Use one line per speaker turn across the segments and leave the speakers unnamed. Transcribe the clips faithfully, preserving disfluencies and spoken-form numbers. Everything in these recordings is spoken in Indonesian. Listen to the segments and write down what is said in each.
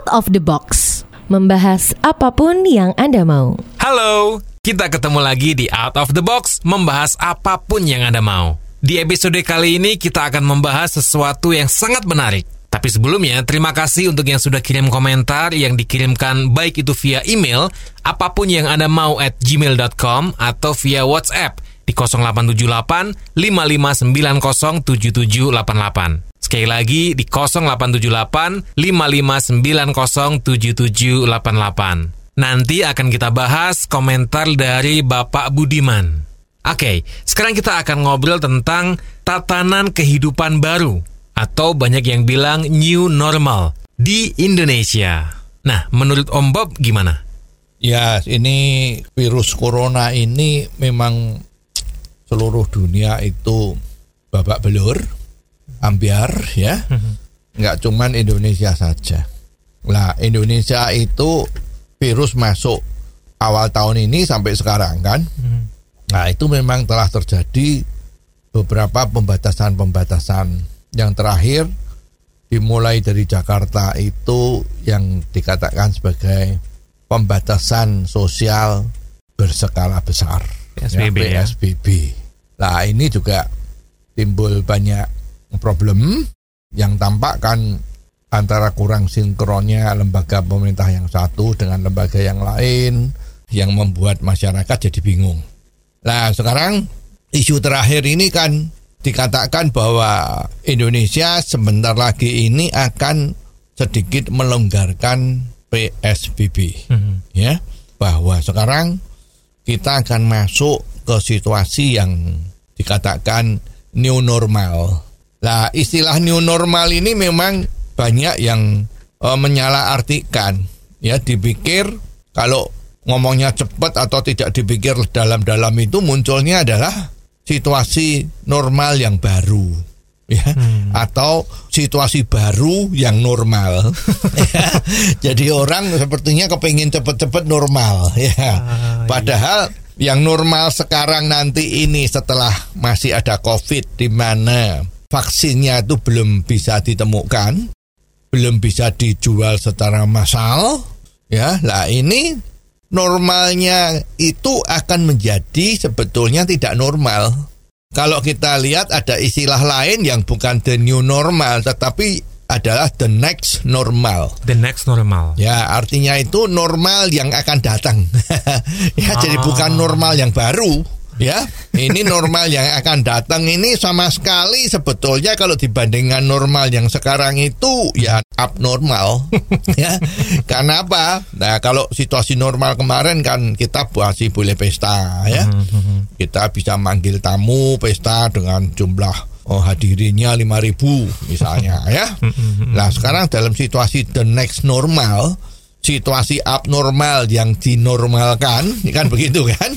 of the Box, membahas apapun yang Anda mau.
Halo, kita ketemu lagi di Out of the Box, membahas apapun yang Anda mau. Di episode kali ini kita akan membahas sesuatu yang sangat menarik. Tapi sebelumnya, terima kasih untuk yang sudah kirim komentar yang dikirimkan baik itu via email, apapun yang Anda mau at gmail dot com, atau via WhatsApp di nol delapan tujuh delapan lima lima sembilan nol tujuh tujuh delapan delapan. Sekali lagi di nol delapan tujuh delapan lima lima sembilan nol tujuh tujuh delapan delapan. Nanti akan kita bahas komentar dari Bapak Budiman. Oke, sekarang kita akan ngobrol tentang tatanan kehidupan baru, atau banyak yang bilang new normal di Indonesia. Nah, menurut Om Bob gimana?
Ya, ini virus corona ini memang seluruh dunia itu babak belur, ambiar ya. Nggak cuman Indonesia saja. Lah, Indonesia itu virus masuk awal tahun ini sampai sekarang kan. Nah, itu memang telah terjadi beberapa pembatasan-pembatasan. Yang terakhir dimulai dari Jakarta itu yang dikatakan sebagai pembatasan sosial berskala besar,
P S B B
ya, P S B B. Nah, ini juga timbul banyak problem yang tampak kan antara kurang sinkronnya lembaga pemerintah yang satu dengan lembaga yang lain yang membuat masyarakat jadi bingung. Nah, sekarang isu terakhir ini kan dikatakan bahwa Indonesia sebentar lagi ini akan sedikit melonggarkan P S B B, mm-hmm. ya, bahwa sekarang kita akan masuk ke situasi yang dikatakan new normal. Nah, istilah new normal ini memang banyak yang uh, menyalahartikan, ya, dipikir kalau ngomongnya cepat atau tidak dipikir dalam-dalam itu munculnya adalah situasi normal yang baru, ya, hmm. atau situasi baru yang normal. Ya. Jadi orang sepertinya kepingin cepat-cepat normal, ya. Ah, padahal iya. Yang normal sekarang nanti ini setelah masih ada COVID, di mana vaksinnya itu belum bisa ditemukan, belum bisa dijual secara massal, ya. Lah ini normalnya itu akan menjadi sebetulnya tidak normal. Kalau kita lihat ada istilah lain yang bukan the new normal, tetapi adalah the next normal.
The next normal.
Ya, artinya itu normal yang akan datang. Ya, oh. Jadi bukan normal yang baru. Ya, ini normal yang akan datang ini sama sekali sebetulnya kalau dibandingkan normal yang sekarang itu ya abnormal. Ya, karena apa? Nah, kalau situasi normal kemarin kan kita masih boleh pesta, ya, kita bisa manggil tamu pesta dengan jumlah oh, hadirinnya lima ribu misalnya, ya. Nah, sekarang dalam situasi the next normal, situasi abnormal yang dinormalkan, kan begitu kan?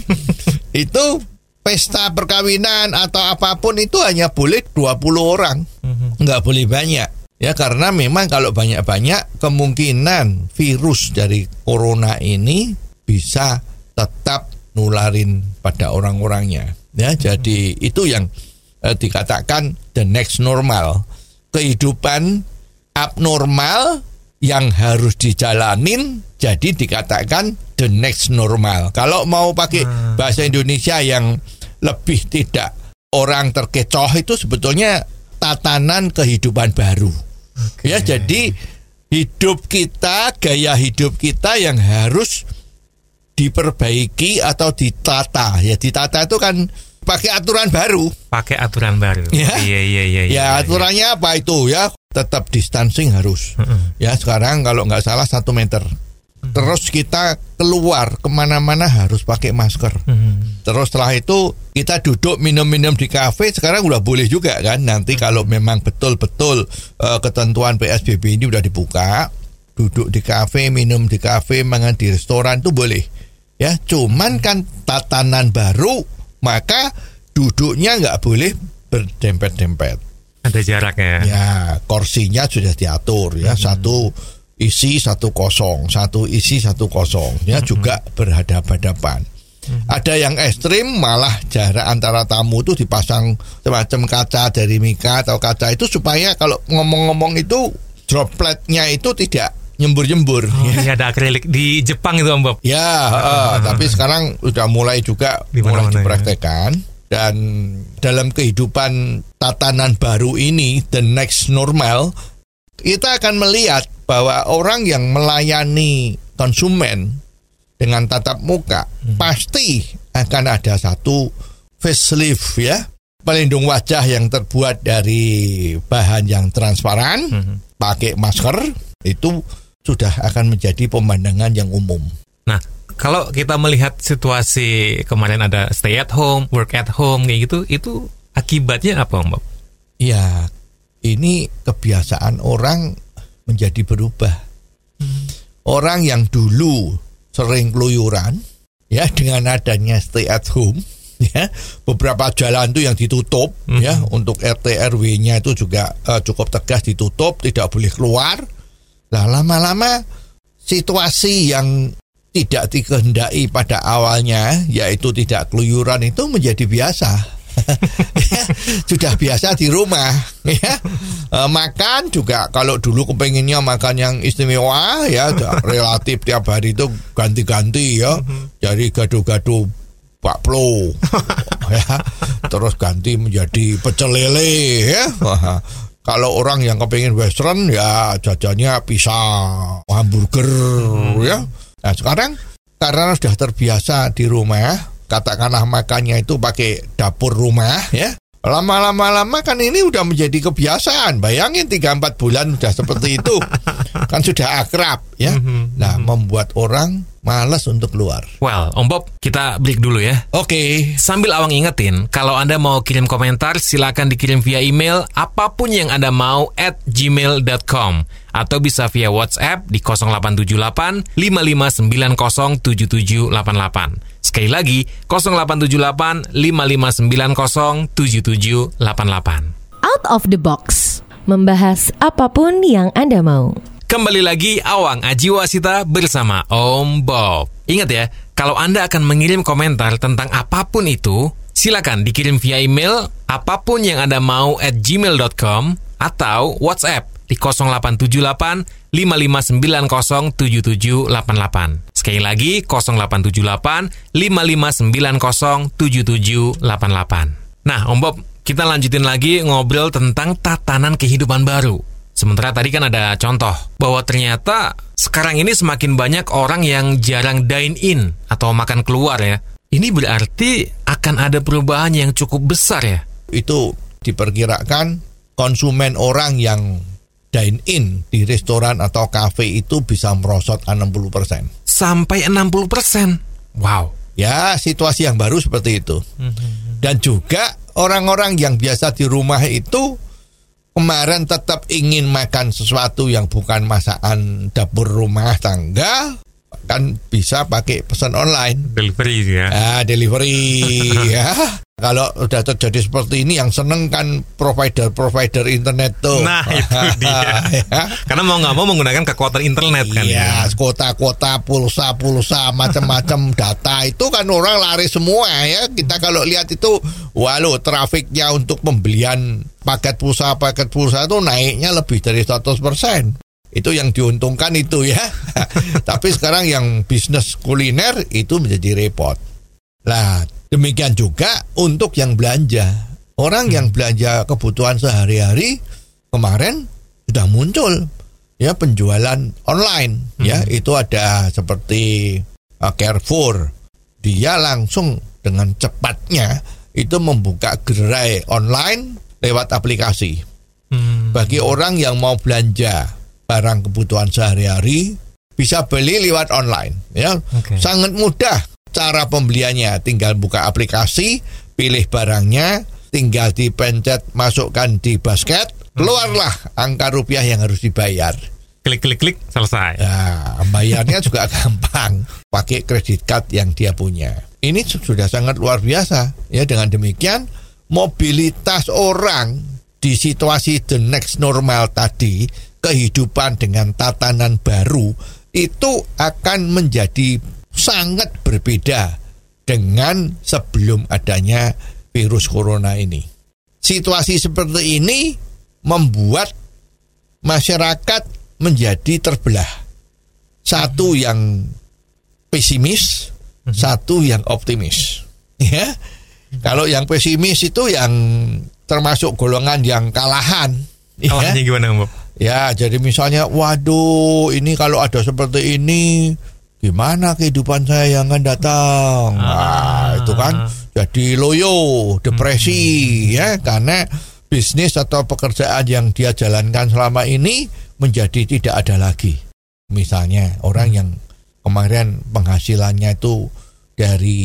Itu pesta perkawinan atau apapun itu hanya boleh dua puluh orang, nggak boleh banyak. Ya, karena memang kalau banyak-banyak kemungkinan virus dari corona ini bisa tetap nularin pada orang-orangnya. Ya, jadi itu yang eh, dikatakan the next normal. Kehidupan abnormal yang harus dijalanin jadi dikatakan the next normal. Kalau mau pakai bahasa Indonesia yang lebih tidak orang terkecoh itu sebetulnya tatanan kehidupan baru. Okay. Ya, jadi hidup kita, gaya hidup kita yang harus diperbaiki atau ditata. Ya, ditata itu kan pakai aturan baru.
Pakai aturan baru.
Ya,
iya iya iya.
Ya, aturannya iya. Apa itu ya? Tetap distancing harus. Uh-uh. Ya, sekarang kalau nggak salah satu meter. Terus kita keluar kemana-mana harus pakai masker. Hmm. Terus setelah itu kita duduk minum-minum di kafe, sekarang udah boleh juga kan. Nanti kalau memang betul-betul uh, ketentuan P S B B ini udah dibuka, duduk di kafe, minum di kafe, makan di restoran itu boleh. Ya, cuman kan tatanan baru, maka duduknya nggak boleh berdempet-dempet.
Ada jaraknya.
Ya, kursinya sudah diatur ya, hmm. satu isi satu kosong, satu isi satu kosong, ya, mm-hmm. juga berhadapan-hadapan. Mm-hmm. Ada yang ekstrim malah jarak antara tamu itu dipasang semacam kaca dari mika atau kaca itu supaya kalau ngomong-ngomong itu dropletnya itu tidak nyembur-nyembur.
Oh,
ya.
iya, ada akrilik di Jepang itu Om Bob.
Ya, uh, tapi sekarang udah mulai juga
Dimana-mana
mulai dipraktekkan. Ya. Dan dalam kehidupan tatanan baru ini, the next normal, kita akan melihat bahwa orang yang melayani konsumen dengan tatap muka hmm. pasti akan ada satu facelift ya, pelindung wajah yang terbuat dari bahan yang transparan, hmm. pakai masker, itu sudah akan menjadi pemandangan yang umum.
Nah, kalau kita melihat situasi kemarin ada stay at home, work at home kayak gitu, itu akibatnya apa Om Bob?
Ya, ini kebiasaan orang menjadi berubah. Hmm. Orang yang dulu sering keluyuran, ya dengan adanya stay at home, ya beberapa jalan itu yang ditutup, hmm. ya untuk R T R W-nya itu juga uh, cukup tegas ditutup, tidak boleh keluar. Nah, lama-lama situasi yang tidak dikehendaki pada awalnya, yaitu tidak keluyuran, itu menjadi biasa. Ya, sudah biasa di rumah ya. E, makan juga kalau dulu kepenginnya makan yang istimewa ya, relatif tiap hari itu ganti-ganti ya, dari gado-gado bakplo ya, terus ganti menjadi pecel lele ya. Kalau orang yang kepengen western ya jajannya pisang, hamburger ya. Nah sekarang karena sudah terbiasa di rumah, katakanlah makannya itu pakai dapur rumah ya, lama-lama-lama kan ini udah menjadi kebiasaan. Bayangin tiga empat bulan udah seperti itu. Kan sudah akrab ya. Nah membuat orang malas untuk keluar.
Well, Om Bob, kita break dulu ya.
Oke. Okay.
Sambil Awang ingetin, kalau Anda mau kirim komentar, silakan dikirim via email apapun yang Anda mau at gmail dot com, atau bisa via WhatsApp di nol delapan tujuh delapan lima lima sembilan nol tujuh tujuh delapan delapan. Sekali lagi, nol delapan tujuh delapan lima lima sembilan nol tujuh tujuh delapan delapan.
Out of the box, membahas apapun yang Anda mau.
Kembali lagi Awang Ajiwasita bersama Om Bob. Ingat ya, kalau Anda akan mengirim komentar tentang apapun itu, silakan dikirim via email apapun yang Anda mau at gmail dot com atau WhatsApp di nol delapan tujuh delapan lima lima sembilan nol tujuh tujuh delapan delapan. Sekali lagi nol delapan tujuh delapan lima lima sembilan nol tujuh tujuh delapan delapan. Nah, Om Bob, kita lanjutin lagi ngobrol tentang tatanan kehidupan baru. Sementara tadi kan ada contoh bahwa ternyata sekarang ini semakin banyak orang yang jarang dine in atau makan keluar ya. Ini berarti akan ada perubahan yang cukup besar ya.
Itu diperkirakan konsumen orang yang dine in di restoran atau kafe itu bisa merosot enam puluh persen.
Sampai enam puluh persen. Wow.
Ya, situasi yang baru seperti itu. Dan juga orang-orang yang biasa di rumah itu kemarin tetap ingin makan sesuatu yang bukan masakan dapur rumah tangga, kan bisa pakai pesan online.
Delivery ya.
Ah, delivery ya. Kalau udah terjadi seperti ini, yang seneng kan provider-provider internet tuh.
Nah, itu dia. Ya. Karena mau nggak mau menggunakan kekuatan internet kan.
Iya, ya. Kuota-kuota, pulsa-pulsa, macam-macam data itu kan orang lari semua ya. Kita kalau lihat itu, walau trafiknya untuk pembelian paket pulsa, paket pulsa itu naiknya lebih dari seratus persen. Itu yang diuntungkan itu ya. Tapi sekarang yang bisnis kuliner itu menjadi repot. Lah, demikian juga untuk yang belanja. Orang yang belanja kebutuhan sehari-hari kemarin sudah muncul ya penjualan online ya. Hmm. Itu ada seperti uh, Carrefour. Dia langsung dengan cepatnya itu membuka gerai online lewat aplikasi. Hmm. Bagi orang yang mau belanja barang kebutuhan sehari-hari bisa beli lewat online ya. Okay. Sangat mudah. Cara pembeliannya tinggal buka aplikasi, pilih barangnya, tinggal dipencet, masukkan di basket, keluarlah angka rupiah yang harus dibayar.
Klik-klik-klik, selesai.
Nah, bayarnya juga gampang, pakai kredit card yang dia punya. Ini sudah sangat luar biasa. Ya, dengan demikian, mobilitas orang di situasi the next normal tadi, kehidupan dengan tatanan baru, itu akan menjadi sangat berbeda dengan sebelum adanya virus corona ini. Situasi seperti ini membuat masyarakat menjadi terbelah. Satu yang pesimis, satu yang optimis. Ya, kalau yang pesimis itu yang termasuk golongan yang kalahan.
Kalahnya ya. Gimana, Bob?
Ya, jadi misalnya, waduh, ini kalau ada seperti ini, gimana kehidupan saya yang akan datang? Nah, itu kan jadi loyo, depresi, hmm. ya, karena bisnis atau pekerjaan yang dia jalankan selama ini menjadi tidak ada lagi. Misalnya orang yang kemarin penghasilannya itu dari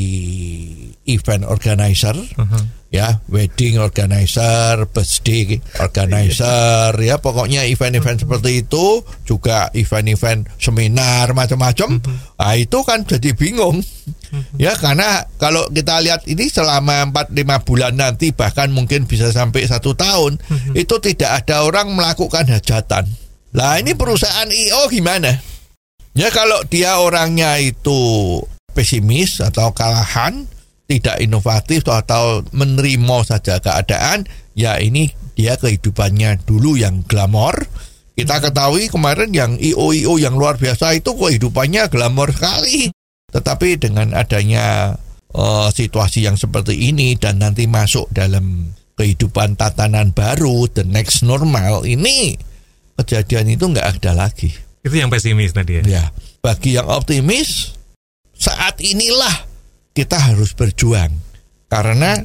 event organizer, uh-huh. ya, wedding organizer, birthday organizer, ya, pokoknya event-event uh-huh. seperti itu, juga event-event seminar macam-macam. Uh-huh. Nah, itu kan jadi bingung, uh-huh. ya, karena kalau kita lihat ini selama empat lima bulan nanti, bahkan mungkin bisa sampai satu tahun, uh-huh. itu tidak ada orang melakukan hajatan. Lah, ini perusahaan I O gimana? Ya, kalau dia orangnya itu pesimis atau kalahan, tidak inovatif atau menerima saja keadaan, ya ini dia kehidupannya dulu yang glamor. Kita ketahui kemarin yang I O-I O yang luar biasa itu kehidupannya glamor sekali. Tetapi dengan adanya uh, situasi yang seperti ini dan nanti masuk dalam kehidupan tatanan baru, the next normal, ini kejadian itu nggak ada lagi.
Itu yang pesimis tadi ya?
Ya, bagi yang optimis, saat inilah kita harus berjuang, karena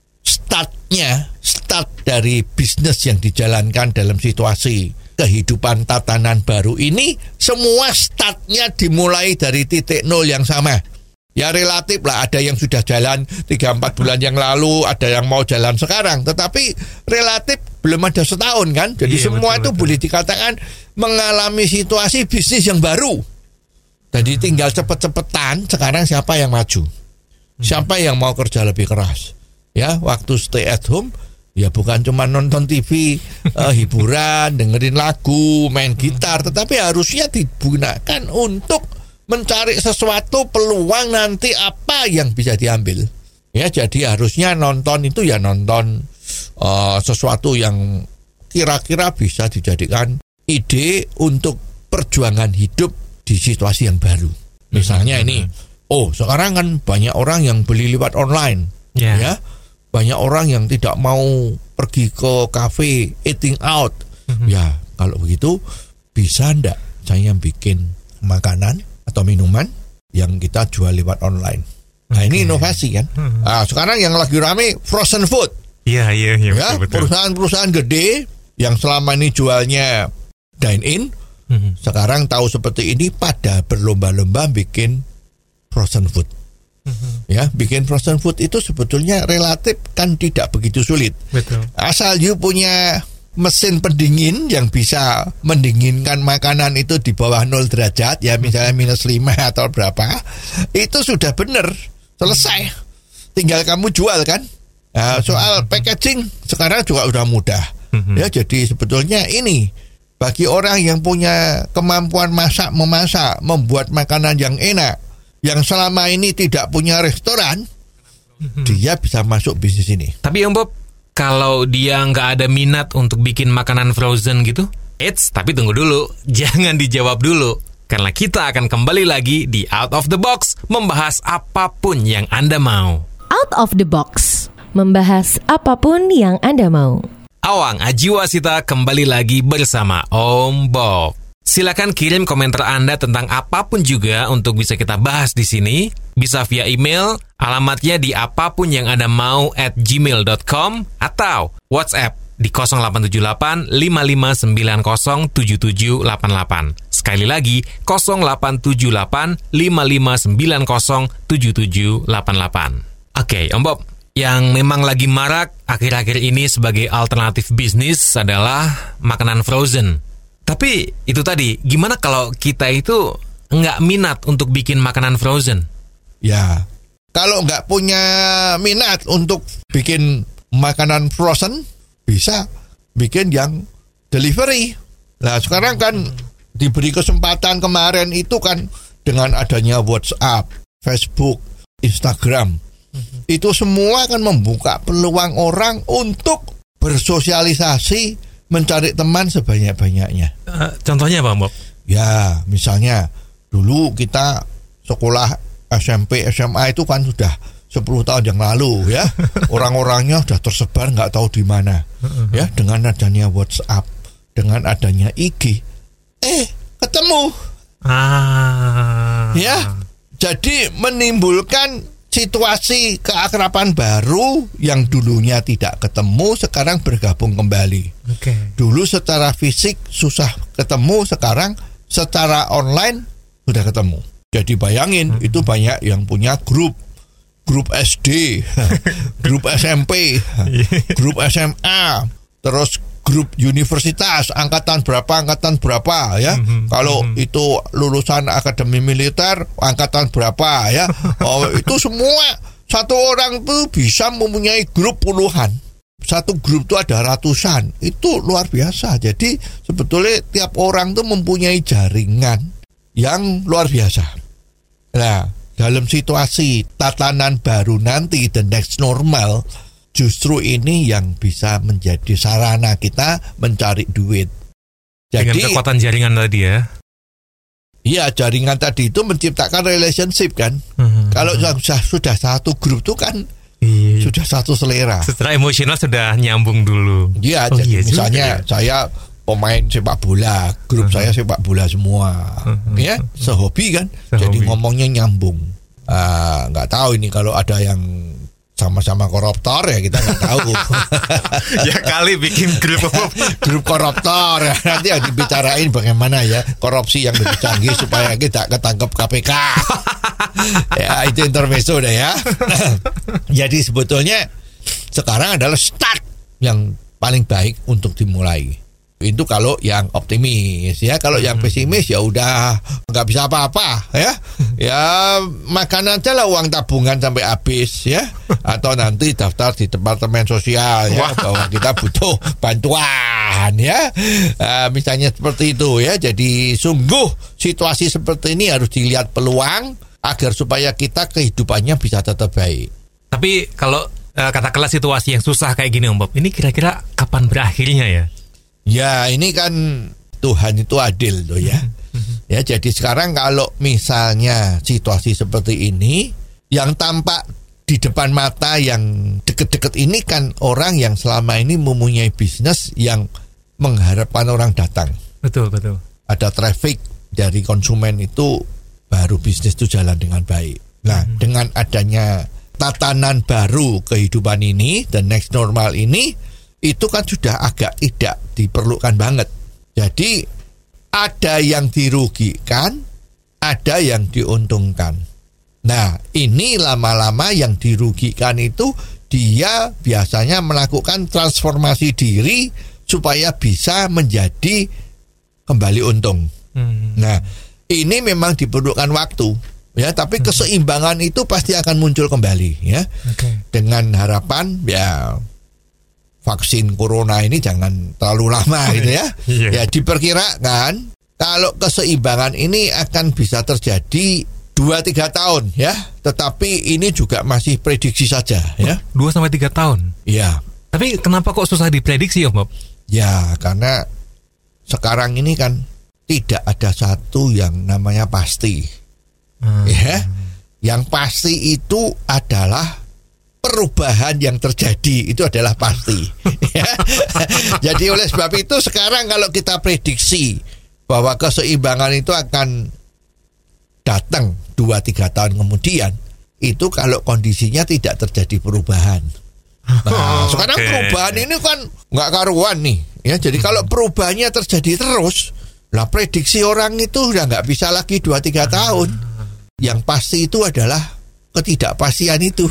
startnya, start dari bisnis yang dijalankan dalam situasi kehidupan tatanan baru ini, semua startnya dimulai dari titik nol yang sama. Ya relatif lah, ada yang sudah jalan tiga empat bulan yang lalu, ada yang mau jalan sekarang, tetapi relatif belum ada setahun kan. Jadi iya, semua betul, itu betul. Boleh dikatakan mengalami situasi bisnis yang baru. Jadi tinggal cepet-cepetan sekarang siapa yang maju, siapa yang mau kerja lebih keras. Ya, waktu stay at home, ya bukan cuma nonton T V, uh, hiburan, dengerin lagu, main gitar, tetapi harusnya digunakan untuk mencari sesuatu peluang nanti apa yang bisa diambil. Ya, jadi harusnya nonton itu ya nonton uh, sesuatu yang kira-kira bisa dijadikan ide untuk perjuangan hidup di situasi yang baru. Misalnya ini, oh sekarang kan banyak orang yang beli lewat online, yeah. ya, banyak orang yang tidak mau pergi ke kafe, eating out. Mm-hmm. Ya, kalau begitu bisa ndak saya bikin makanan atau minuman yang kita jual lewat online. Nah, okay. Ini inovasi kan. Mm-hmm. Nah, sekarang yang lagi rame frozen food.
Iya, iya, iya.
Ya, perusahaan-perusahaan gede yang selama ini jualnya dine in. Hmm. Sekarang tahu seperti ini pada berlomba-lomba bikin frozen food. Hmm. Ya, bikin frozen food itu sebetulnya relatif kan tidak begitu sulit. Betul. Asal you punya mesin pendingin yang bisa mendinginkan makanan itu di bawah nol derajat, ya misalnya minus lima atau berapa, itu sudah benar, selesai. Tinggal kamu jual kan. Nah, soal packaging sekarang juga udah mudah. Hmm. Ya, jadi sebetulnya ini bagi orang yang punya kemampuan masak, memasak, membuat makanan yang enak, yang selama ini tidak punya restoran, mm-hmm. dia bisa masuk bisnis ini.
Tapi Om Bob, kalau dia nggak ada minat untuk bikin makanan frozen gitu, eits, tapi tunggu dulu, jangan dijawab dulu. Karena kita akan kembali lagi di Out of the Box, membahas apapun yang Anda mau.
Out of the Box, membahas apapun yang Anda mau.
Awang Ajiwasita kembali lagi bersama Om Bob. Silakan kirim komentar Anda tentang apapun juga untuk bisa kita bahas di sini. Bisa via email, alamatnya di apapun yang Anda mau at gmail dot com atau WhatsApp di nol delapan tujuh delapan lima lima sembilan nol tujuh tujuh delapan delapan. Sekali lagi nol delapan tujuh delapan lima lima sembilan nol tujuh tujuh delapan delapan. Oke, Om Bob. Yang memang lagi marak akhir-akhir ini sebagai alternatif bisnis adalah makanan frozen. Tapi itu tadi, gimana kalau kita itu nggak minat untuk bikin makanan frozen?
Ya, kalau nggak punya minat untuk bikin makanan frozen, bisa bikin yang delivery. Nah, sekarang kan diberi kesempatan kemarin itu kan dengan adanya WhatsApp, Facebook, Instagram. Itu semua akan membuka peluang orang untuk bersosialisasi, mencari teman sebanyak-banyaknya.
Uh, contohnya apa, Bob?
Ya, misalnya Dulu kita sekolah S M P, S M A itu kan sudah sepuluh tahun yang lalu ya. Orang-orangnya sudah tersebar nggak tahu di mana. Ya, dengan adanya WhatsApp, dengan adanya I G, eh ketemu.
Ah.
Ya. Jadi menimbulkan situasi keakraban baru yang dulunya tidak ketemu sekarang bergabung kembali.
Okay.
Dulu secara fisik susah ketemu, sekarang secara online sudah ketemu. Jadi bayangin hmm. itu banyak yang punya grup, grup S D, grup S M P, grup S M A, terus grup universitas, angkatan berapa, angkatan berapa ya. Mm-hmm. Kalau mm-hmm. itu lulusan akademi militer, angkatan berapa ya. Oh, itu semua satu orang tuh bisa mempunyai grup puluhan. Satu grup tuh ada ratusan. Itu luar biasa. Jadi sebetulnya tiap orang tuh mempunyai jaringan yang luar biasa. Nah, dalam situasi tatanan baru nanti, the next normal, justru ini yang bisa menjadi sarana kita mencari duit. Jadi,
dengan kekuatan jaringan tadi ya.
Iya, jaringan tadi itu menciptakan relationship kan. Hmm. Kalau sudah, sudah satu grup itu kan iya. sudah satu selera.
Secara emosional sudah nyambung dulu.
Iya,
oh,
jadi
iya
misalnya
juga, ya?
saya pemain sepak bola, grup uh-huh. saya sepak bola semua. Uh-huh. Ya, sehobi kan. Sehobi. Jadi ngomongnya nyambung. Uh, nggak tahu ini kalau ada yang sama-sama koruptor ya kita nggak tahu.
Ya kali bikin grup
grup koruptor ya. Nanti yang dibicarain bagaimana ya korupsi yang lebih canggih supaya kita ketangkep K P K. Ya itu intermezzo deh ya. Jadi sebetulnya sekarang adalah start yang paling baik untuk dimulai. Itu kalau yang optimis ya. Kalau yang pesimis ya udah nggak bisa apa-apa ya. Ya makan aja lah uang tabungan sampai habis ya. Atau nanti daftar di departemen sosial ya, bahwa kita butuh bantuan ya. Uh, misalnya seperti itu ya. Jadi sungguh situasi seperti ini harus dilihat peluang agar supaya kita kehidupannya bisa tetap baik.
Tapi kalau uh, katakanlah situasi yang susah kayak gini Om Bob, ini kira-kira kapan berakhirnya ya?
Ya ini kan Tuhan itu adil loh ya. Ya jadi sekarang kalau misalnya situasi seperti ini, yang tampak di depan mata yang deket-deket ini kan orang yang selama ini mempunyai bisnis yang mengharapkan orang datang.
Betul, betul. Ada
traffic dari konsumen itu baru bisnis itu jalan dengan baik. Nah, hmm. dengan adanya tatanan baru kehidupan ini, the next normal ini, itu kan sudah agak tidak diperlukan banget. Jadi ada yang dirugikan, ada yang diuntungkan. Nah ini lama-lama yang dirugikan itu dia biasanya melakukan transformasi diri supaya bisa menjadi kembali untung. Hmm. Nah ini memang diperlukan waktu ya, tapi keseimbangan itu pasti akan muncul kembali ya. Okay. Dengan harapan ya vaksin corona ini jangan terlalu lama gitu ya. Yeah. Ya diperkirakan kalau keseimbangan ini akan bisa terjadi dua sampai tiga tahun ya. Tetapi ini juga masih prediksi saja ya.
dua sampai tiga tahun?
Iya.
Tapi kenapa kok susah diprediksi Om Bob?
Ya karena sekarang ini kan tidak ada satu yang namanya pasti. Hmm. Ya. Yang pasti itu adalah perubahan yang terjadi, itu adalah pasti. Ya. Jadi oleh sebab itu sekarang kalau kita prediksi bahwa keseimbangan itu akan datang dua sampai tiga tahun kemudian, itu kalau kondisinya tidak terjadi perubahan. Nah, oh, sekarang okay. perubahan ini kan nggak karuan nih. Ya, jadi hmm. kalau perubahannya terjadi terus, lah prediksi orang itu udah nggak bisa lagi dua sampai tiga tahun. Yang pasti itu adalah ketidakpastian itu.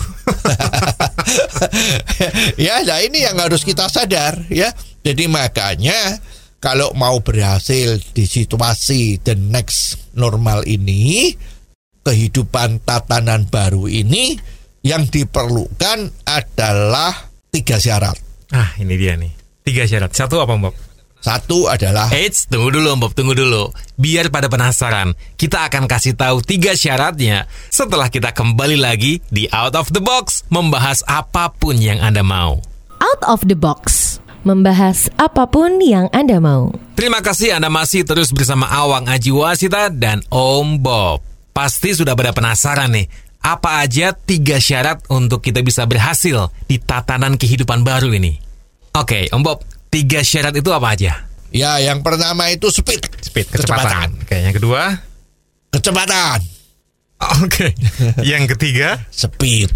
Ya, nah ini yang harus kita sadar ya. Jadi makanya kalau mau berhasil di situasi the next normal ini, kehidupan tatanan baru ini, yang diperlukan adalah tiga syarat.
Ah, ini dia nih. Tiga syarat. Satu apa, Bob?
Satu adalah
Eits, tunggu dulu Bob, tunggu dulu. Biar pada penasaran, kita akan kasih tahu tiga syaratnya setelah kita kembali lagi di Out of the Box, membahas apapun yang Anda mau.
Out of the Box, membahas apapun yang Anda mau.
Terima kasih Anda masih terus bersama Awang Ajiwasita dan Om Bob. Pasti sudah pada penasaran nih, apa aja tiga syarat untuk kita bisa berhasil di tatanan kehidupan baru ini? Oke, Om Bob, tiga syarat itu apa aja?
Ya, yang pertama itu speed.
Speed, kecepatan. Oke, yang kedua?
Kecepatan.
Oke. Yang ketiga?
Speed.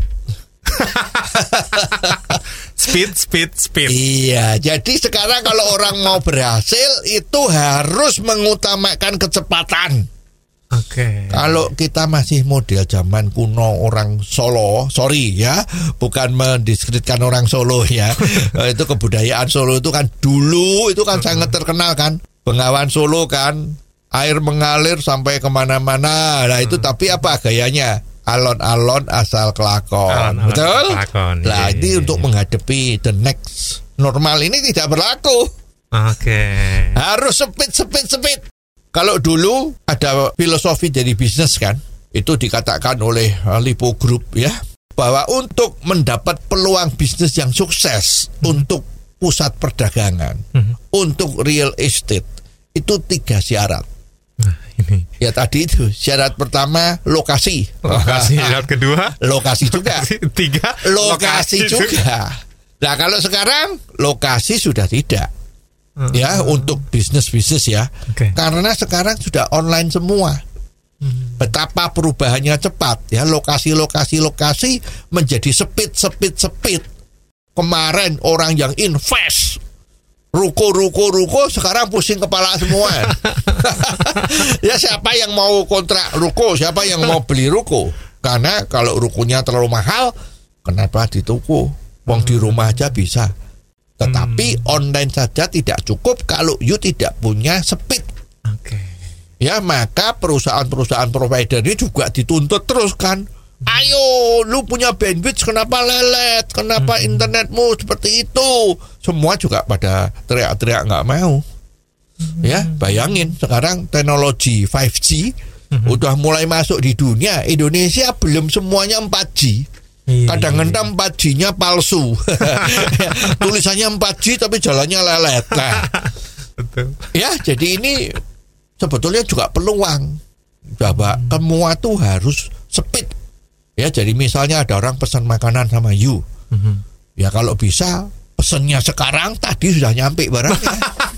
Speed, speed, speed.
Iya, jadi sekarang kalau orang mau berhasil itu harus mengutamakan kecepatan.
Oke.
Kalau kita masih model zaman kuno orang Solo, sorry ya, bukan mendiskreditkan orang Solo ya. Itu kebudayaan Solo itu kan dulu itu kan sangat terkenal kan. Bengawan Solo kan, air mengalir sampai kemana-mana. Nah itu tapi apa gayanya? Alon-alon asal kelakon.
Alon-alon
Betul?
kelakon.
Nah
Iya,
ini
iya,
untuk
iya.
menghadapi the next normal ini tidak berlaku.
Oke.
Harus speed, speed, speed. Kalau dulu ada filosofi dari bisnis kan, itu dikatakan oleh Lipo Group ya, bahwa untuk mendapat peluang bisnis yang sukses hmm. untuk pusat perdagangan, hmm. untuk real estate, itu tiga syarat.
Nah, ini.
Ya tadi itu syarat pertama lokasi.
Lokasi, syarat kedua?
Lokasi juga.
Lokasi, tiga?
Lokasi, lokasi juga. juga. Nah kalau sekarang lokasi sudah tidak. Ya uh, untuk bisnis-bisnis ya, okay. Karena sekarang sudah online semua. Hmm. Betapa perubahannya cepat ya, lokasi-lokasi lokasi menjadi speed speed speed. Kemarin orang yang invest ruko ruko ruko sekarang pusing kepala semua. Ya siapa yang mau kontrak ruko, siapa yang mau beli ruko? Karena kalau rukonya terlalu mahal, kenapa di toko? Wong di rumah aja bisa. Tetapi hmm. online saja tidak cukup kalau you tidak punya speed.
Oke. Okay.
Ya maka perusahaan-perusahaan provider ini juga dituntut terus kan. Ayo, lu punya bandwidth kenapa lelet? Kenapa hmm. internetmu seperti itu? Semua juga pada teriak-teriak nggak mau. Hmm. Ya bayangin sekarang teknologi lima G hmm. udah mulai masuk di dunia. Indonesia belum semuanya empat G. Kadang-kadang empat G-nya palsu. Tulisannya empat G tapi jalannya lelet. Nah, betul. Ya, jadi ini sebetulnya juga peluang bahwa hmm. semua tuh harus speed. Ya, jadi misalnya ada orang pesan makanan sama you. Hmm. Ya kalau bisa pesannya sekarang tadi sudah nyampe barangnya.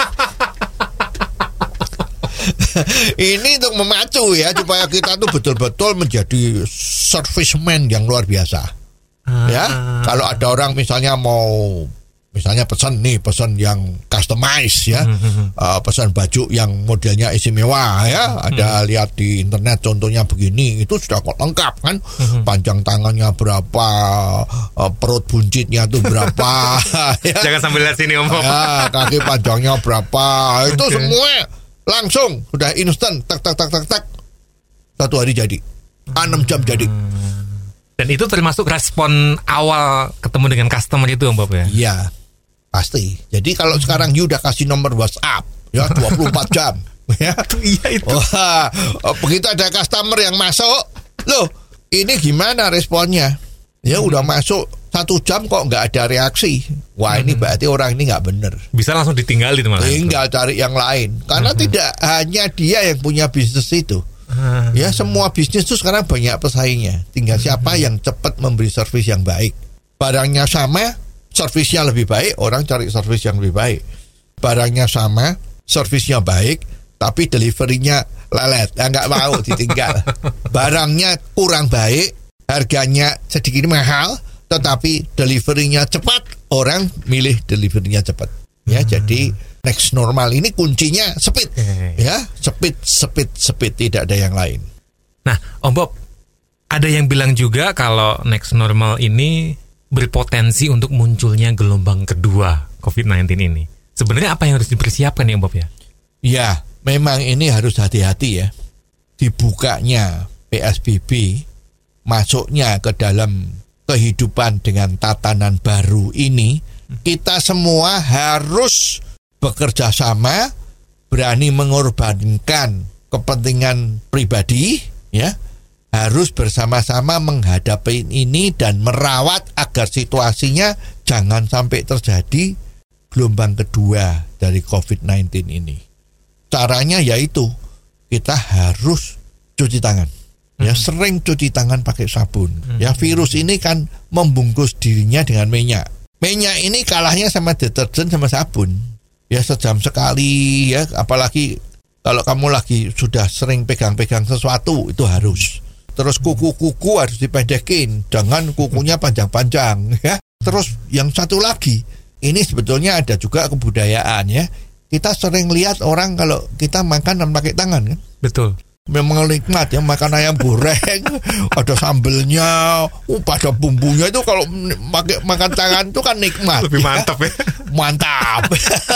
Ini untuk memacu ya supaya kita tuh betul-betul menjadi serviceman yang luar biasa. Ah. Ya, kalau ada orang misalnya mau misalnya pesan nih pesan yang customize ya, mm-hmm. uh, pesan baju yang modelnya istimewa ya, mm-hmm. ada lihat di internet contohnya begini, itu sudah kok lengkap kan, mm-hmm. panjang tangannya berapa, uh, perut buncitnya tuh berapa, ya. Jangan sambil lihat sini Om. Ya, kaki panjangnya berapa, itu okay. Semua langsung sudah instan, tak tak tak tak tak, satu hari jadi, enam jam jadi.
Dan itu termasuk respon awal ketemu dengan customer itu Om Bob ya?
Iya, pasti. Jadi kalau sekarang you udah kasih nomor WhatsApp ya dua puluh empat jam ya.
Iya itu.
Wah, begitu ada customer yang masuk, loh ini gimana responnya? Ya hmm. udah masuk satu jam kok nggak ada reaksi. Wah hmm. ini berarti orang ini nggak bener.
Bisa langsung ditinggalin malah.
Tinggal cari yang lain. Karena hmm. tidak hanya dia yang punya bisnis itu. Ya semua bisnis itu sekarang banyak pesaingnya. Tinggal siapa yang cepat memberi servis yang baik. Barangnya sama, servisnya lebih baik, orang cari servis yang lebih baik. Barangnya sama, servisnya baik, tapi deliverynya lelet, ya, nggak mau ditinggal. Barangnya kurang baik, harganya sedikit mahal, tetapi deliverynya cepat, orang milih deliverynya cepat. Ya hmm. jadi next normal ini kuncinya speed, okay. Ya speed, speed, speed, tidak ada yang lain.
Nah, Om Bob, ada yang bilang juga kalau next normal ini berpotensi untuk munculnya gelombang kedua covid sembilan belas ini. Sebenarnya apa yang harus dipersiapkan ya Om Bob ya?
Ya, memang ini harus hati-hati ya. Dibukanya P S B B, masuknya ke dalam kehidupan dengan tatanan baru ini, kita semua harus bekerja sama, berani mengorbankan kepentingan pribadi, ya, harus bersama-sama menghadapi ini dan merawat agar situasinya jangan sampai terjadi gelombang kedua dari covid sembilan belas ini. Caranya yaitu kita harus cuci tangan. Ya, hmm. sering cuci tangan pakai sabun. Hmm. Ya, virus ini kan membungkus dirinya dengan minyak. Minyak ini kalahnya sama deterjen sama sabun. Ya, sejam sekali ya, apalagi kalau kamu lagi sudah sering pegang-pegang sesuatu itu harus. Terus kuku-kuku harus dipendekin, jangan kukunya panjang-panjang ya. Terus yang satu lagi, ini sebetulnya ada juga kebudayaan ya. Kita sering lihat orang kalau kita makan dan pakai tangan kan.
Betul.
Memang nikmat ya, makan ayam goreng, ada sambelnya, uh, pada bumbunya itu kalau pakai makan tangan itu kan nikmat.
Lebih
ya.
mantap ya.
Mantap.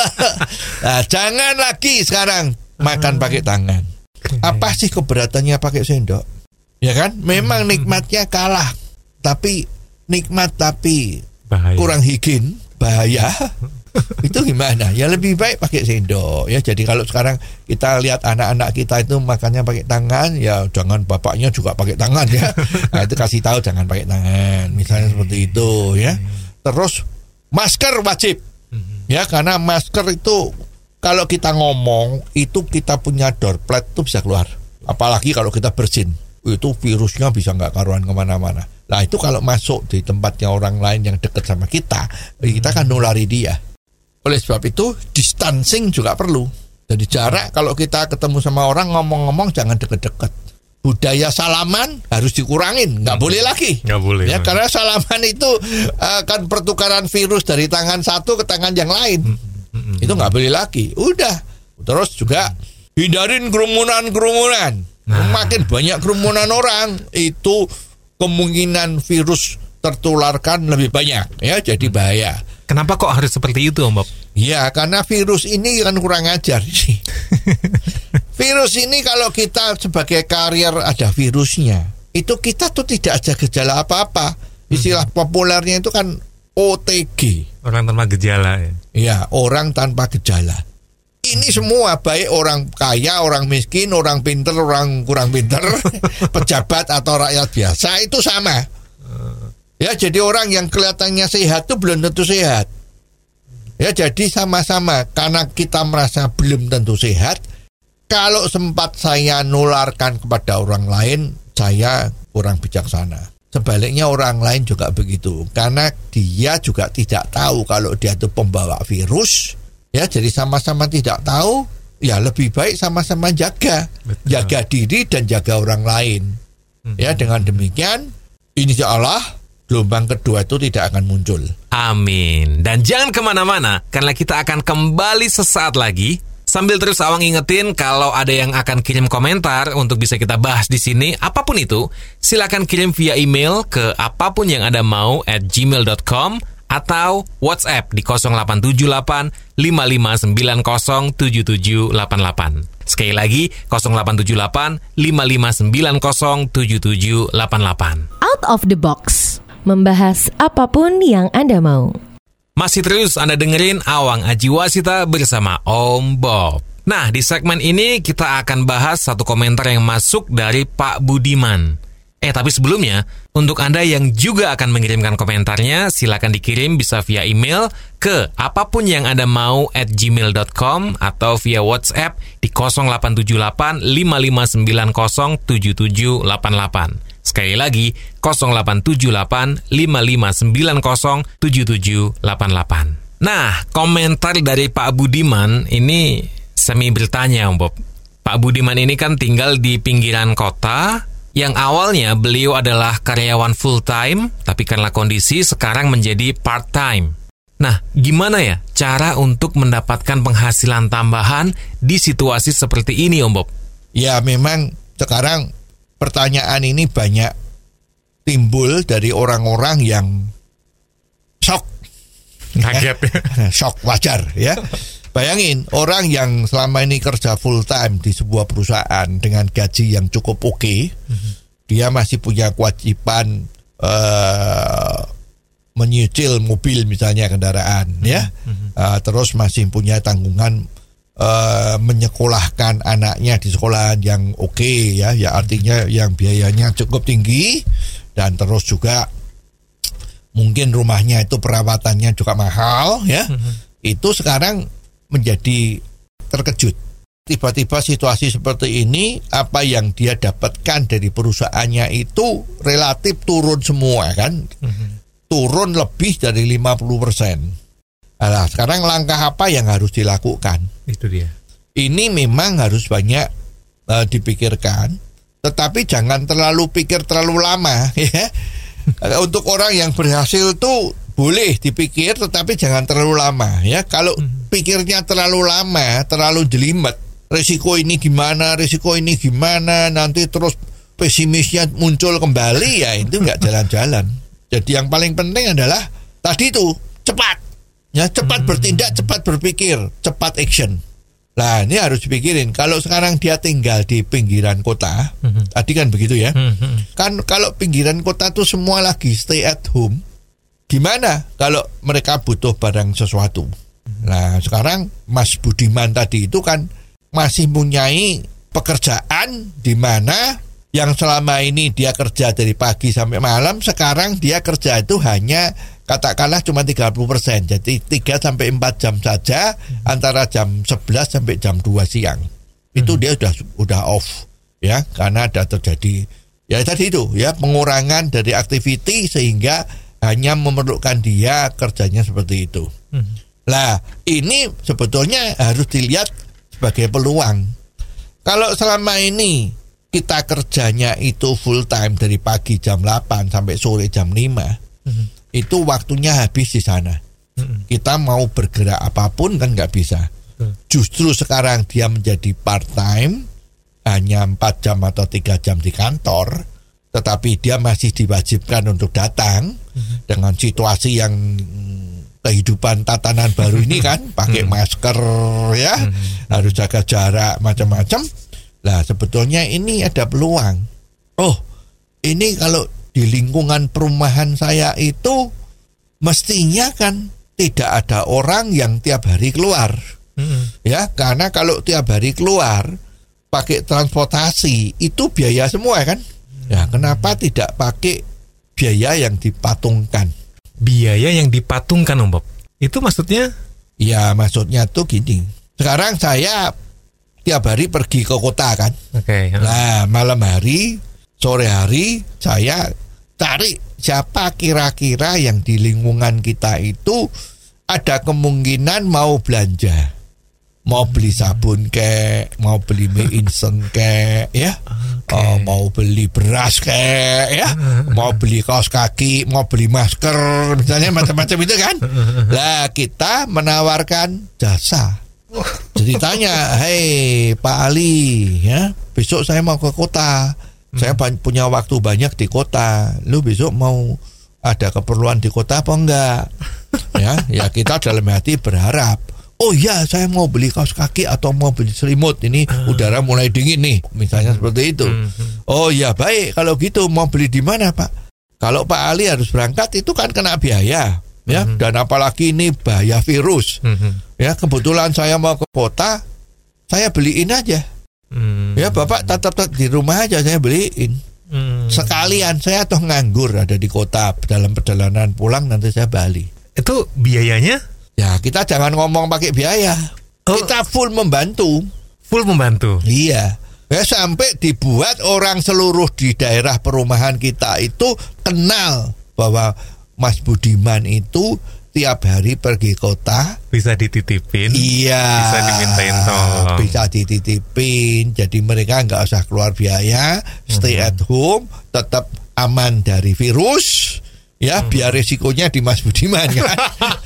Nah, jangan lagi sekarang makan pakai tangan. Apa sih keberatannya pakai sendok? Ya kan? Memang nikmatnya kalah, tapi nikmat tapi bahaya. Kurang higien, bahaya. Itu gimana? Ya lebih baik pakai sendok ya. Jadi kalau sekarang kita lihat anak-anak kita itu makannya pakai tangan, ya jangan bapaknya juga pakai tangan ya. Nah, itu kasih tahu jangan pakai tangan, misalnya seperti itu ya. Terus masker wajib ya, karena masker itu kalau kita ngomong itu kita punya droplet itu bisa keluar. Apalagi kalau kita bersin, itu virusnya bisa nggak karuan kemana-mana. Nah itu kalau masuk di tempatnya orang lain yang dekat sama kita, kita kan nulari dia. Oleh sebab itu distancing juga perlu. Jadi jarak kalau kita ketemu sama orang ngomong-ngomong jangan deket-deket. Budaya salaman harus dikurangin, nggak hmm. boleh lagi.
Nggak boleh.
Ya, karena salaman itu akan uh, pertukaran virus dari tangan satu ke tangan yang lain. Hmm. Hmm. Itu nggak boleh lagi. Udah. Terus juga hindarin kerumunan-kerumunan. Nah. Makin banyak kerumunan orang itu kemungkinan virus tertularkan lebih banyak ya, jadi bahaya.
Kenapa kok harus seperti itu, Om Bob?
Ya, karena virus ini kan kurang ajar sih. Virus ini kalau kita sebagai karier ada virusnya, itu kita tuh tidak ada gejala apa-apa. Istilah hmm. populernya itu kan O T G.
Orang tanpa gejala ya.
Ya, orang tanpa gejala. Ini semua baik orang kaya, orang miskin, orang pinter, orang kurang pinter, pejabat atau rakyat biasa itu sama. Ya, jadi orang yang kelihatannya sehat itu belum tentu sehat. Ya, jadi sama-sama karena kita merasa belum tentu sehat. Kalau sempat saya nularkan kepada orang lain, saya kurang bijaksana. Sebaliknya orang lain juga begitu, karena dia juga tidak tahu kalau dia itu pembawa virus. Ya, jadi sama-sama tidak tahu, ya lebih baik sama-sama jaga. Betul. Jaga diri dan jaga orang lain. Hmm. Ya, dengan demikian insya Allah gelombang kedua itu tidak akan muncul.
Amin. Dan jangan kemana-mana, karena kita akan kembali sesaat lagi. Sambil terus Awang ingetin kalau ada yang akan kirim komentar untuk bisa kita bahas di sini, apapun itu, silakan kirim via email ke apapun yang Anda mau at gmail dot com atau WhatsApp di nol delapan tujuh delapan lima lima sembilan nol tujuh tujuh delapan delapan. Sekali lagi nol delapan tujuh delapan lima lima sembilan nol tujuh tujuh delapan delapan.
Out of the box, membahas apapun yang Anda mau.
Masih terus Anda dengerin Awang Ajiwasita bersama Om Bob. Nah, di segmen ini kita akan bahas satu komentar yang masuk dari Pak Budiman. Eh, tapi sebelumnya, untuk Anda yang juga akan mengirimkan komentarnya, silakan dikirim bisa via email ke apapun yang Anda mau at gmail dot com atau via WhatsApp di nol delapan tujuh delapan lima lima sembilan nol tujuh tujuh delapan delapan. Sekali lagi, nol delapan tujuh delapan lima lima sembilan nol tujuh tujuh delapan delapan. Nah, komentar dari Pak Budiman ini semi bertanya, Om Bob. Pak Budiman ini kan tinggal di pinggiran kota, yang awalnya beliau adalah karyawan full-time, tapi karena kondisi sekarang menjadi part-time. Nah, gimana ya cara untuk mendapatkan penghasilan tambahan di situasi seperti ini, Om Bob?
Ya, memang sekarang pertanyaan ini banyak timbul dari orang-orang yang shock.
Kaget.
Shock wajar ya. Bayangin, orang yang selama ini kerja full time di sebuah perusahaan dengan gaji yang cukup oke, okay, mm-hmm. dia masih punya kewajiban uh, menyicil mobil misalnya kendaraan, mm-hmm. ya, mm-hmm. uh, terus masih punya tanggungan uh, menyekolahkan anaknya di sekolah yang oke, okay, ya, ya artinya yang biayanya cukup tinggi, dan terus juga mungkin rumahnya itu perawatannya juga mahal, ya. Mm-hmm. itu sekarang menjadi terkejut. Tiba-tiba situasi seperti ini, apa yang dia dapatkan dari perusahaannya itu relatif turun semua kan. Mm-hmm. Turun lebih dari lima puluh persen. Nah, sekarang langkah apa yang harus dilakukan?
Itu dia.
Ini memang harus banyak uh, dipikirkan, tetapi jangan terlalu pikir terlalu lama ya. Untuk orang yang berhasil tuh boleh dipikir, tetapi jangan terlalu lama ya. Kalau mm-hmm. pikirnya terlalu lama, terlalu jelimet, resiko ini gimana, resiko ini gimana, nanti terus pesimisnya muncul kembali, ya itu nggak jalan-jalan. Jadi yang paling penting adalah tadi itu cepat, ya cepat hmm. bertindak, cepat berpikir, cepat action. Nah ini harus dipikirin. Kalau sekarang dia tinggal di pinggiran kota, hmm. tadi kan begitu ya, hmm. kan kalau pinggiran kota tuh semua lagi stay at home, gimana kalau mereka butuh barang sesuatu? Nah sekarang Mas Budiman tadi itu kan masih mempunyai pekerjaan di mana yang selama ini dia kerja dari pagi sampai malam, sekarang dia kerja itu hanya katakanlah cuma tiga puluh persen. Jadi tiga sampai empat jam saja hmm. antara jam sebelas sampai jam dua siang. Hmm. Itu dia sudah udah off ya, karena ada terjadi ya tadi itu ya pengurangan dari activity sehingga hanya memerlukan dia kerjanya seperti itu. Hmm. Lah, ini sebetulnya harus dilihat sebagai peluang. Kalau selama ini kita kerjanya itu full time dari pagi jam delapan sampai sore jam lima, mm-hmm. itu waktunya habis di sana. Mm-hmm. Kita mau bergerak apapun kan nggak bisa. Mm. Justru sekarang dia menjadi part time, hanya empat jam atau tiga jam di kantor, tetapi dia masih diwajibkan untuk datang mm-hmm. dengan situasi yang kehidupan tatanan baru ini kan, pakai hmm. masker ya, hmm. harus jaga jarak macam-macam. Lah sebetulnya ini ada peluang. Oh, ini kalau di lingkungan perumahan saya itu mestinya kan tidak ada orang yang tiap hari keluar. Hmm. Ya, karena kalau tiap hari keluar pakai transportasi itu biaya semua kan. Hmm. Ya, kenapa tidak pakai biaya yang dipatungkan?
Biaya yang dipatungkan Om Bob, itu maksudnya?
Ya maksudnya tuh gini. Sekarang saya tiap hari pergi ke kota kan. Oke. Okay, nah malam hari, sore hari saya cari siapa kira-kira yang di lingkungan kita itu ada kemungkinan mau belanja, mau beli sabun kek, mau beli mie instan kek, ya. Okay. Oh, mau beli beras kek ya, mau beli kaos kaki, mau beli masker, misalnya macam-macam itu kan. Lah kita menawarkan jasa. Jadi tanya, hei Pak Ali, ya besok saya mau ke kota, saya punya waktu banyak di kota. Lu besok mau ada keperluan di kota apa enggak? Ya, ya kita dalam hati berharap. Oh iya, saya mau beli kaos kaki atau mau beli selimut. Ini uh. udara mulai dingin nih, misalnya uh. seperti itu. Uh. Oh iya, baik. Kalau gitu mau beli di mana, Pak? Kalau Pak Ali harus berangkat itu kan kena biaya, ya. Uh. Dan apalagi ini bahaya virus. Uh. Ya, kebetulan saya mau ke kota, saya beliin aja. Uh. Ya, Bapak tetap di rumah aja, saya beliin. Uh. Sekalian saya toh nganggur ada di kota, dalam perjalanan pulang nanti saya balik.
Itu biayanya?
Ya kita jangan ngomong pakai biaya, oh. kita full membantu.
Full membantu?
Iya. Ya sampai dibuat orang seluruh di daerah perumahan kita itu kenal bahwa Mas Budiman itu tiap hari pergi kota.
Bisa dititipin?
Iya.
Bisa dimintain tolong?
Bisa dititipin. Jadi mereka nggak usah keluar biaya, stay uh-huh. at home, tetap aman dari virus. Ya, hmm. biar resikonya di Mas Budiman kan.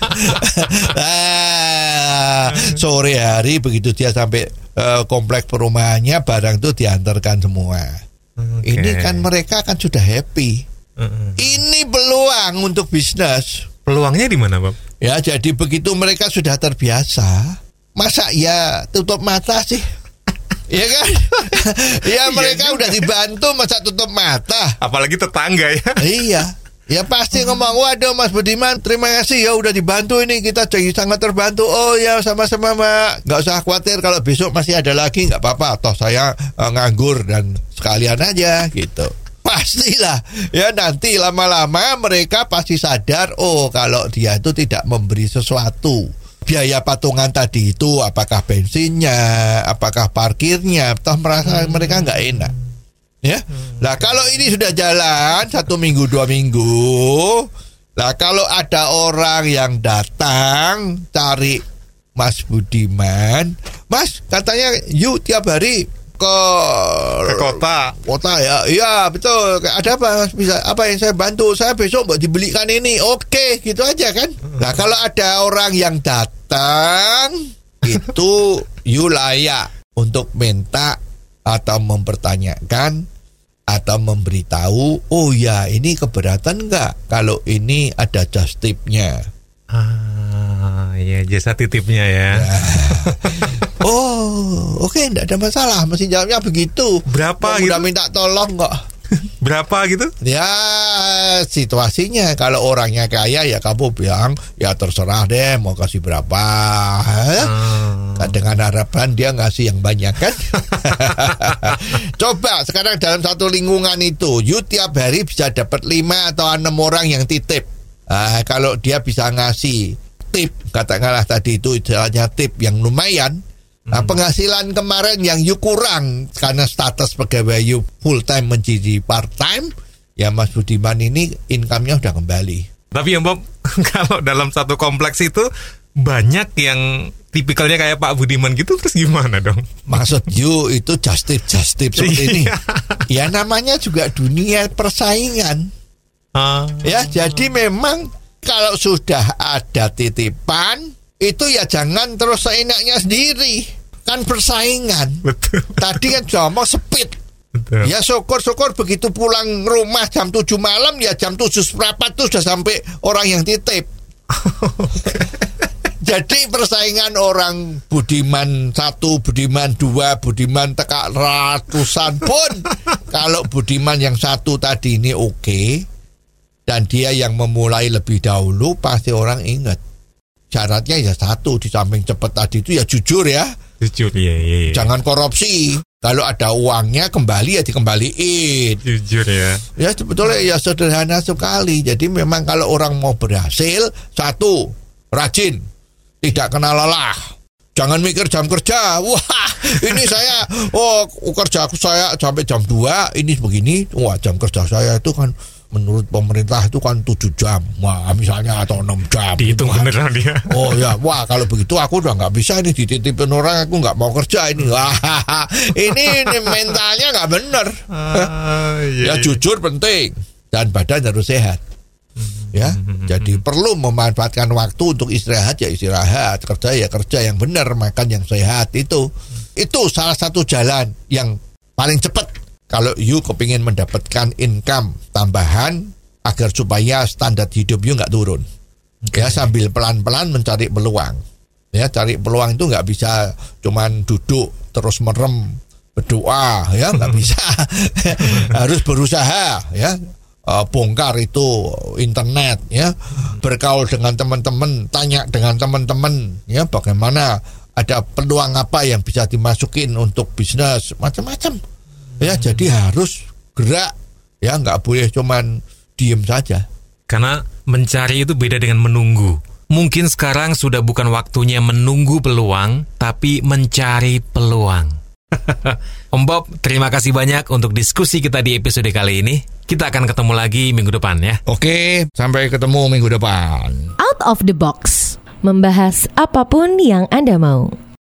ah, sore hari begitu dia sampai uh, komplek perumahannya, barang itu diantarkan semua. Okay. Ini kan mereka kan sudah happy. Uh-uh. Ini peluang untuk bisnis.
Peluangnya di mana, Bob?
Ya, jadi begitu mereka sudah terbiasa, masa ya tutup mata sih? Iya kan? Ya mereka udah dibantu, masa tutup mata?
Apalagi tetangga ya.
Iya. Ya pasti ngomong, waduh Mas Budiman, terima kasih ya udah dibantu ini, kita jadi sangat terbantu. Oh ya sama-sama Mak, nggak usah khawatir kalau besok masih ada lagi, nggak apa-apa, toh saya uh, nganggur dan sekalian aja gitu. Pastilah ya, nanti lama-lama mereka pasti sadar, oh kalau dia itu tidak memberi sesuatu, biaya patungan tadi itu, apakah bensinnya, apakah parkirnya, toh merasa mereka nggak enak. Ya, nah kalau ini sudah jalan satu minggu dua minggu, nah kalau ada orang yang datang cari Mas Budiman, Mas katanya you tiap hari ke,
ke kota,
kota ya, iya betul. Ada apa Mas? Bisa apa yang saya bantu? Saya besok mau dibelikan ini, oke gitu aja kan. Nah kalau ada orang yang datang itu you layak untuk minta atau mempertanyakan atau memberitahu, oh ya ini keberatan nggak kalau ini ada just tipnya.
Ah, ya jasa titipnya ya.
Ya. Oh, oke, okay, enggak ada masalah. Mesti jawabnya begitu.
Berapa
gitu? Udah minta tolong kok.
Berapa gitu?
Ya situasinya, kalau orangnya kaya ya kamu bilang ya terserah deh mau kasih berapa. Hmm. Dengan harapan dia ngasih yang banyak kan. Coba sekarang dalam satu lingkungan itu, you tiap hari bisa dapat lima atau enam orang yang titip. Nah, kalau dia bisa ngasih tip, katakanlah tadi itu istilahnya tip yang lumayan. Nah, penghasilan kemarin yang you kurang karena status pegawai you full time menjadi part time, ya Mas Budiman ini income-nya udah kembali.
Tapi ya Bob, kalau dalam satu kompleks itu banyak yang tipikalnya kayak Pak Budiman gitu, terus gimana dong?
Maksud you itu just tip just tip seperti ini? Ya namanya juga dunia persaingan. Uh. Ya jadi memang kalau sudah ada titipan itu ya jangan terus seenaknya sendiri, kan persaingan. Betul. Tadi kan ngomong speed. Betul. Ya syukur-syukur begitu pulang rumah jam tujuh malam, ya jam tujuh seperempat tuh sudah sampai orang yang titip. Jadi persaingan orang Budiman satu, Budiman dua, Budiman tekak ratusan pun kalau Budiman yang satu tadi ini oke okay, dan dia yang memulai lebih dahulu, pasti orang ingat. Syaratnya ya satu, di samping cepat tadi itu ya jujur ya.
Jujur, iya, iya, iya.
Jangan korupsi. Kalau ada uangnya kembali ya dikembaliin.
Jujur ya.
Ya sebetulnya ya sederhana sekali. Jadi memang kalau orang mau berhasil, satu, rajin, tidak kena lelah. Jangan mikir jam kerja. Wah, ini saya, oh kerja saya sampai jam dua, ini begini. Wah, jam kerja saya itu kan menurut pemerintah itu kan tujuh jam, wah misalnya, atau enam jam.
Dihitung beneran dia.
Oh ya, wah kalau begitu aku udah nggak bisa ini dititipin orang, aku nggak mau kerja ini. Wah, ini, ini mentalnya nggak bener. Uh, iya, ya iya. Jujur penting dan badan harus sehat. Ya, jadi perlu memanfaatkan waktu untuk istirahat ya istirahat, kerja ya kerja yang benar, makan yang sehat itu. Itu salah satu jalan yang paling cepat. Kalau you kepingin mendapatkan income tambahan agar supaya standar hidup you nggak turun, okay. Ya sambil pelan-pelan mencari peluang. Ya cari peluang itu nggak bisa cuman duduk terus merem berdoa, ya nggak bisa. Harus berusaha, ya uh, bongkar itu internet, ya bergaul dengan teman-teman, tanya dengan teman-teman, ya bagaimana ada peluang apa yang bisa dimasukin untuk bisnis macam-macam. Ya jadi harus gerak, ya nggak boleh cuman diem saja.
Karena mencari itu beda dengan menunggu. Mungkin sekarang sudah bukan waktunya menunggu peluang, tapi mencari peluang. Om Bob, terima kasih banyak untuk diskusi kita di episode kali ini. Kita akan ketemu lagi minggu depan ya.
Oke, sampai ketemu minggu depan.
Out of the Box, membahas apapun yang Anda mau.